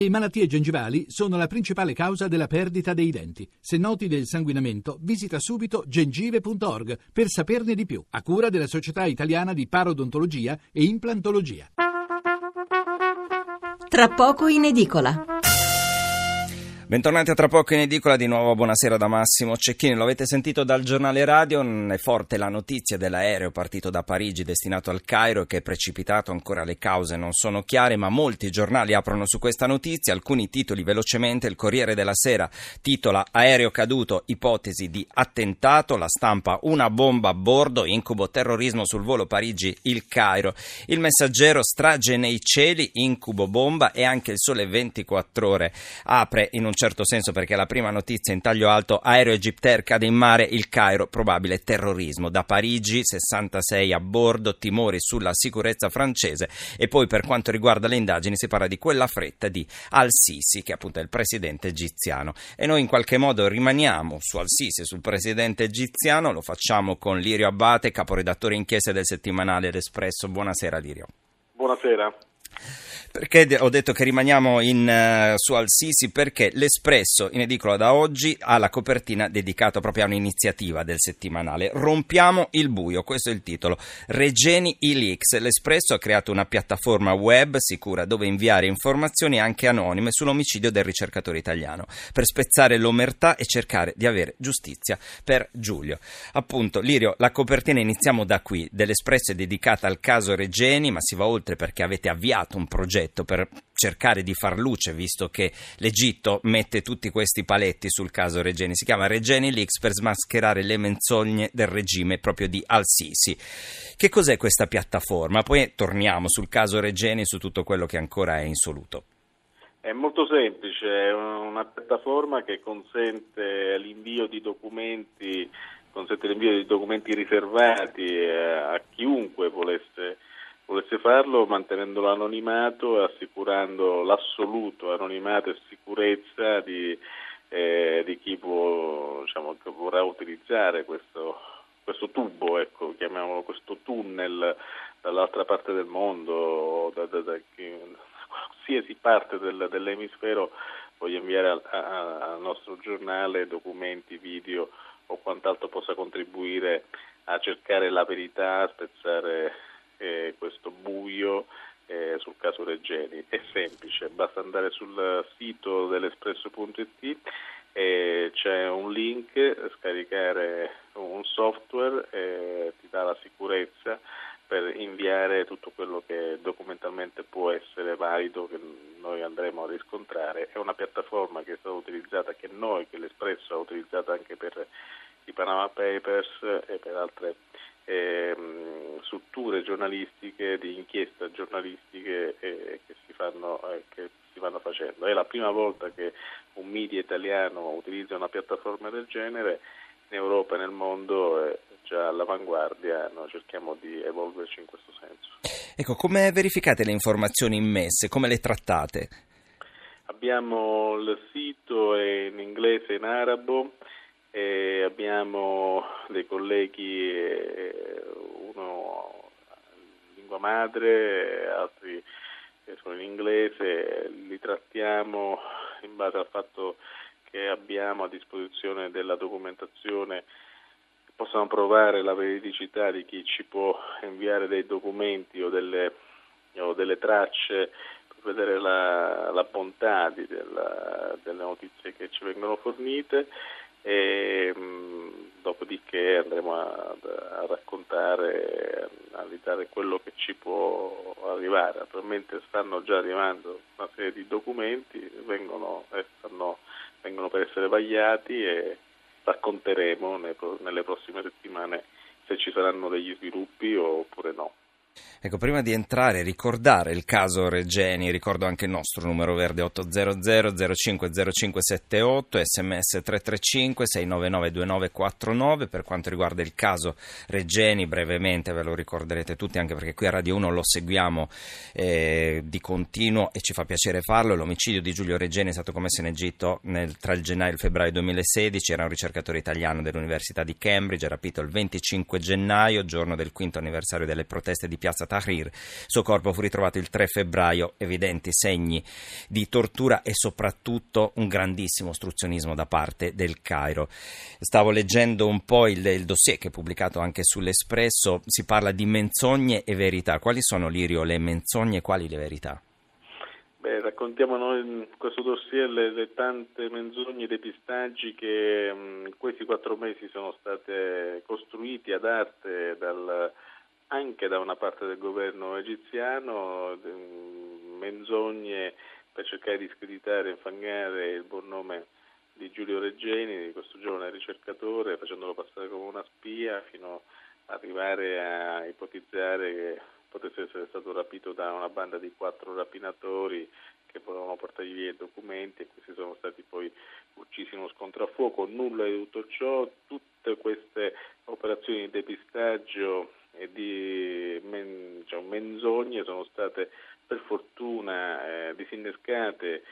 Le malattie gengivali sono la principale causa della perdita dei denti. Se noti del sanguinamento, visita subito gengive.org per saperne di più, a cura della Società Italiana di Parodontologia e Implantologia. Tra poco in edicola. Bentornati a Tra poco in edicola, di nuovo buonasera da Massimo Cecchini. Lo avete sentito dal giornale radio, è forte la notizia dell'aereo partito da Parigi destinato al Cairo che è precipitato, ancora le cause non sono chiare, ma molti giornali aprono su questa notizia. Alcuni titoli velocemente: il Corriere della Sera titola "Aereo caduto, ipotesi di attentato", La Stampa "Una bomba a bordo, incubo terrorismo sul volo Parigi-Il Cairo", Il Messaggero "Strage nei cieli, incubo bomba", e anche il Sole 24 Ore apre in un certo senso, perché la prima notizia in taglio alto: aereo Egyptair cade in mare, il Cairo, probabile terrorismo. Da Parigi 66 a bordo, timori sulla sicurezza francese. E poi, per quanto riguarda le indagini, si parla di quella fretta di Al-Sisi, che appunto è il presidente egiziano. E noi in qualche modo rimaniamo su Al-Sisi, sul presidente egiziano. Lo facciamo con Lirio Abbate, caporedattore inchieste del settimanale L'Espresso. Buonasera Lirio. Buonasera. Perché ho detto che rimaniamo su Al-Sisi? Perché l'Espresso, in edicola da oggi, ha la copertina dedicata proprio a un'iniziativa del settimanale. Rompiamo il buio, questo è il titolo. Regeni i leaks. L'Espresso ha creato una piattaforma web sicura dove inviare informazioni anche anonime sull'omicidio del ricercatore italiano, per spezzare l'omertà e cercare di avere giustizia per Giulio. Appunto, Lirio, la copertina, iniziamo da qui, dell'Espresso, è dedicata al caso Regeni, ma si va oltre perché avete avviato un progetto per cercare di far luce, visto che l'Egitto mette tutti questi paletti sul caso Regeni. Si chiama Regeni Leaks, per smascherare le menzogne del regime proprio di Al-Sisi. Che cos'è questa piattaforma? Poi torniamo sul caso Regeni, su tutto quello che ancora è insoluto. È molto semplice, è una piattaforma che consente l'invio di documenti riservati a chiunque volesse farlo, mantenendo l'anonimato e assicurando l'assoluto anonimato e sicurezza di chi che vorrà utilizzare questo tubo, ecco, chiamiamolo questo tunnel, dall'altra parte del mondo, da qualsiasi parte dell'emisfero voglia inviare al nostro giornale documenti, video o quant'altro possa contribuire a cercare la verità, a spezzare questo buio sul caso Regeni. È semplice, basta andare sul sito dell'espresso.it, c'è un link, scaricare un software, ti dà la sicurezza per inviare tutto quello che documentalmente può essere valido, che noi andremo a riscontrare. È una piattaforma che è stata utilizzata, che l'Espresso ha utilizzato anche per i Panama Papers e per altre strutture giornalistiche, di inchiesta giornalistiche che si vanno facendo. È la prima volta che un media italiano utilizza una piattaforma del genere. In Europa e nel mondo è già all'avanguardia, noi cerchiamo di evolverci in questo senso. Ecco, come verificate le informazioni immesse? Come le trattate? Abbiamo il sito in inglese e in arabo, e abbiamo dei colleghi, uno in lingua madre, altri sono in inglese. Li trattiamo in base al fatto che abbiamo a disposizione della documentazione che possano provare la veridicità di chi ci può inviare dei documenti o delle tracce, per vedere la bontà delle notizie che ci vengono fornite. E dopodiché andremo a raccontare, a analizzare quello che ci può arrivare. Attualmente stanno già arrivando una serie di documenti, vengono per essere vagliati, e racconteremo nelle prossime settimane se ci saranno degli sviluppi oppure no. Ecco, prima di entrare, ricordare il caso Regeni, ricordo anche il nostro numero verde 800 050578, sms 335 699 2949. Per quanto riguarda il caso Regeni, brevemente ve lo ricorderete tutti, anche perché qui a Radio 1 lo seguiamo di continuo e ci fa piacere farlo. L'omicidio di Giulio Regeni è stato commesso in Egitto tra il gennaio e il febbraio 2016. Era un ricercatore italiano dell'Università di Cambridge, rapito il 25 gennaio, giorno del 5° anniversario delle proteste di piazza Tahrir. Il suo corpo fu ritrovato il 3 febbraio, evidenti segni di tortura e soprattutto un grandissimo ostruzionismo da parte del Cairo. Stavo leggendo un po' il dossier che è pubblicato anche sull'Espresso, si parla di menzogne e verità. Quali sono, Lirio, le menzogne e quali le verità? Raccontiamo noi in questo dossier le tante menzogne e depistaggi che in questi 4 mesi sono state costruiti ad arte anche da una parte del governo egiziano, menzogne per cercare di screditare e infangare il buon nome di Giulio Regeni, di questo giovane ricercatore, facendolo passare come una spia, fino ad arrivare a ipotizzare che potesse essere stato rapito da una banda di 4 rapinatori che volevano portargli via i documenti, e questi sono stati poi uccisi in uno scontro a fuoco. Nulla di tutto ciò, tutte queste operazioni di depistaggio e di menzogne sono state per fortuna disinnescate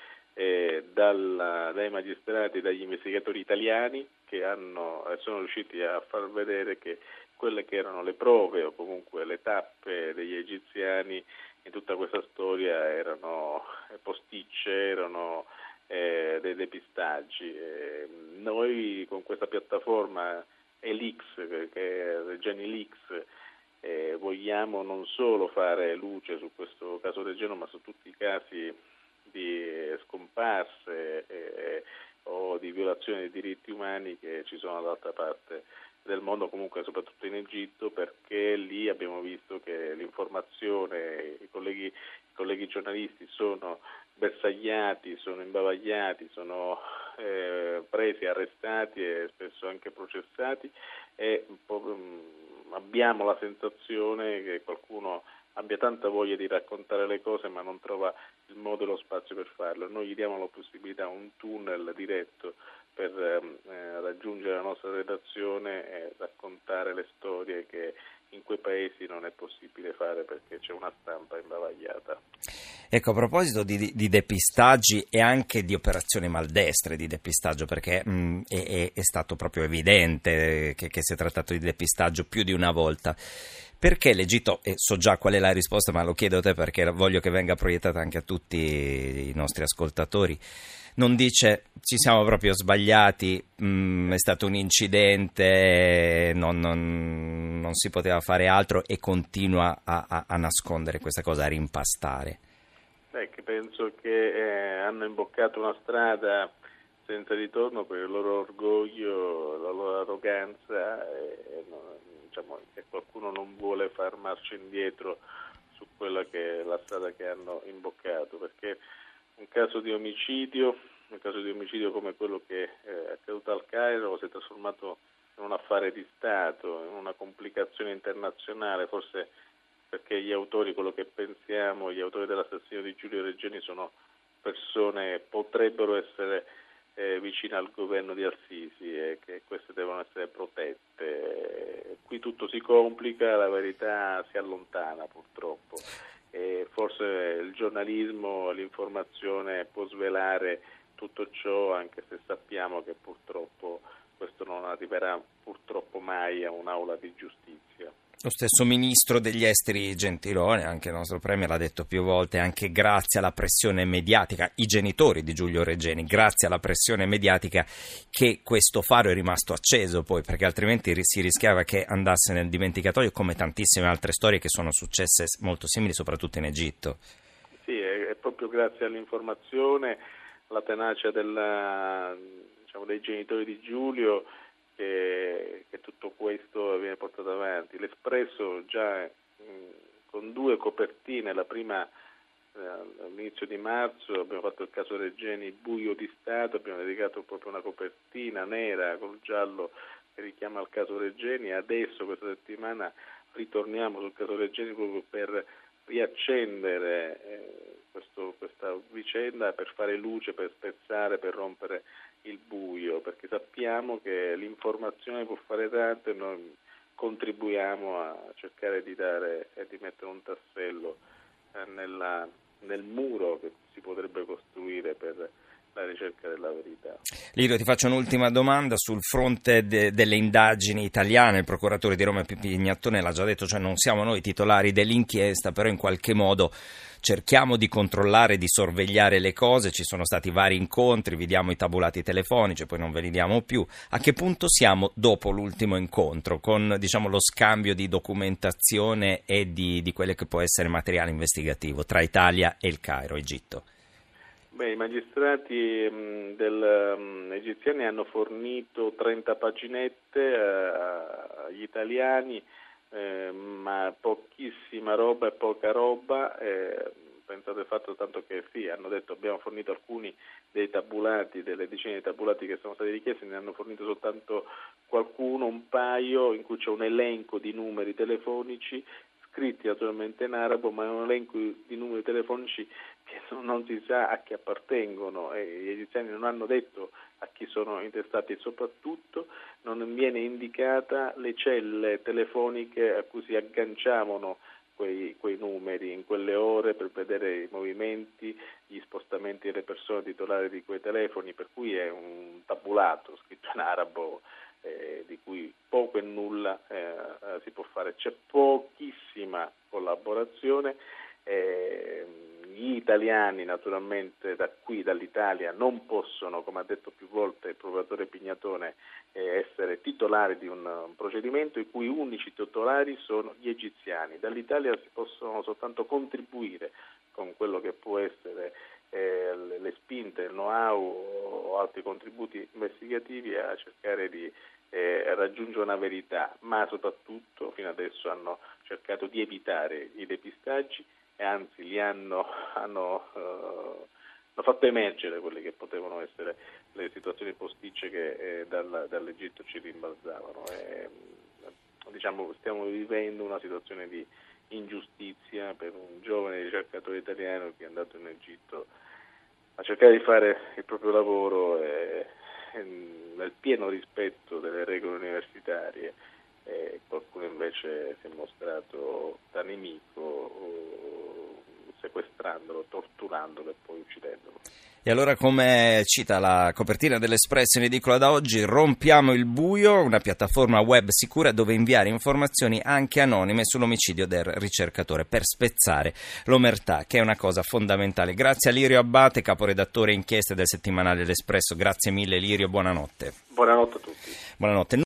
dai magistrati e dagli investigatori italiani, che sono riusciti a far vedere che quelle che erano le prove o comunque le tappe degli egiziani in tutta questa storia erano posticce, erano dei depistaggi. Noi con questa piattaforma Elix, che è Regeni Leaks, vogliamo non solo fare luce su questo caso Regeni, ma su tutti i casi di scomparse o di violazione dei diritti umani che ci sono dall'altra parte del mondo, comunque soprattutto in Egitto, perché lì abbiamo visto che l'informazione, i colleghi giornalisti sono bersagliati, sono imbavagliati, sono presi, arrestati e spesso anche processati, e abbiamo la sensazione che qualcuno abbia tanta voglia di raccontare le cose ma non trova il modo e lo spazio per farlo. Noi gli diamo la possibilità, un tunnel diretto per raggiungere la nostra redazione e raccontare le storie che in quei paesi non è possibile fare perché c'è una stampa imbavagliata. Ecco, a proposito di depistaggi e anche di operazioni maldestre di depistaggio, perché è stato proprio evidente che si è trattato di depistaggio più di una volta. Perché l'Egitto, e so già qual è la risposta, ma lo chiedo a te perché voglio che venga proiettata anche a tutti i nostri ascoltatori, non dice ci siamo proprio sbagliati, è stato un incidente, non si poteva fare altro, e continua a nascondere questa cosa, a rimpastare? Che penso che hanno imboccato una strada senza ritorno per il loro orgoglio, la loro arroganza, che qualcuno non vuole far marcia indietro su quella che è la strada che hanno imboccato, perché un caso di omicidio come quello che è accaduto al Cairo si è trasformato in un affare di Stato, in una complicazione internazionale, forse perché gli autori, quello che pensiamo, gli autori dell'assassinio di Giulio Regeni sono persone, potrebbero essere vicine al governo di Al-Sisi, e che queste devono essere protette. Qui tutto si complica, la verità si allontana purtroppo, e forse il giornalismo, l'informazione può svelare tutto ciò, anche se sappiamo che purtroppo questo non arriverà purtroppo mai a un'aula di giustizia. Lo stesso ministro degli esteri Gentiloni, anche il nostro premier, l'ha detto più volte, anche grazie alla pressione mediatica, i genitori di Giulio Regeni, grazie alla pressione mediatica, che questo faro è rimasto acceso poi, perché altrimenti si rischiava che andasse nel dimenticatoio, come tantissime altre storie che sono successe molto simili, soprattutto in Egitto. Sì, è proprio grazie all'informazione, alla tenacia dei genitori di Giulio, che tutto questo viene portato avanti. L'Espresso già con 2 copertine, la prima all'inizio di marzo abbiamo fatto il caso Regeni buio di Stato, abbiamo dedicato proprio una copertina nera col giallo che richiama il caso Regeni. Adesso questa settimana ritorniamo sul caso Regeni proprio per riaccendere questa vicenda, per fare luce, per spezzare, per rompere il buio, perché sappiamo che l'informazione può fare tanto e noi contribuiamo a cercare di dare e di mettere un tassello nel muro che si potrebbe costruire per la ricerca ricerca della verità. Lirio, ti faccio un'ultima domanda sul fronte delle indagini italiane. Il procuratore di Roma Pignattone l'ha già detto, cioè non siamo noi titolari dell'inchiesta, però in qualche modo cerchiamo di controllare, di sorvegliare le cose. Ci sono stati vari incontri, vi diamo i tabulati telefonici, poi non ve li diamo più. A che punto siamo dopo l'ultimo incontro, con lo scambio di documentazione e di quelle che può essere materiale investigativo tra Italia e il Cairo, Egitto? I magistrati egiziani hanno fornito 30 paginette agli italiani, ma pochissima roba e poca roba. Pensate al fatto tanto che hanno detto abbiamo fornito alcuni dei tabulati, delle decine di tabulati che sono stati richiesti, ne hanno fornito soltanto qualcuno, un paio, in cui c'è un elenco di numeri telefonici scritti naturalmente in arabo, ma è un elenco di numeri telefonici che non si sa a chi appartengono, e gli egiziani non hanno detto a chi sono intestati, e soprattutto non viene indicata le celle telefoniche a cui si agganciavano quei numeri in quelle ore per vedere i movimenti, gli spostamenti delle persone titolari di quei telefoni, per cui è un tabulato scritto in arabo di cui poco e nulla si può fare. C'è pochissima collaborazione. Gli italiani naturalmente dall'Italia non possono, come ha detto più volte il procuratore Pignatone, essere titolari di un procedimento i cui unici titolari sono gli egiziani. Dall'Italia si possono soltanto contribuire con quello che può essere le spinte, il know-how o altri contributi investigativi a cercare di raggiungere una verità, ma soprattutto fino adesso hanno cercato di evitare i depistaggi e anzi li hanno fatto emergere quelle che potevano essere le situazioni posticce che dall'Egitto ci rimbalzavano. Stiamo vivendo una situazione di ingiustizia per un giovane ricercatore italiano che è andato in Egitto a cercare di fare il proprio lavoro nel pieno rispetto delle regole universitarie, e qualcuno invece si è mostrato da nemico, sequestrandolo, torturandolo e poi uccidendolo. E allora, come cita la copertina dell'Espresso in edicola da oggi, Rompiamo il buio, una piattaforma web sicura dove inviare informazioni anche anonime sull'omicidio del ricercatore per spezzare l'omertà, che è una cosa fondamentale. Grazie a Lirio Abbate, caporedattore inchieste del settimanale L'Espresso. Grazie mille Lirio, buonanotte. Buonanotte a tutti. Buonanotte.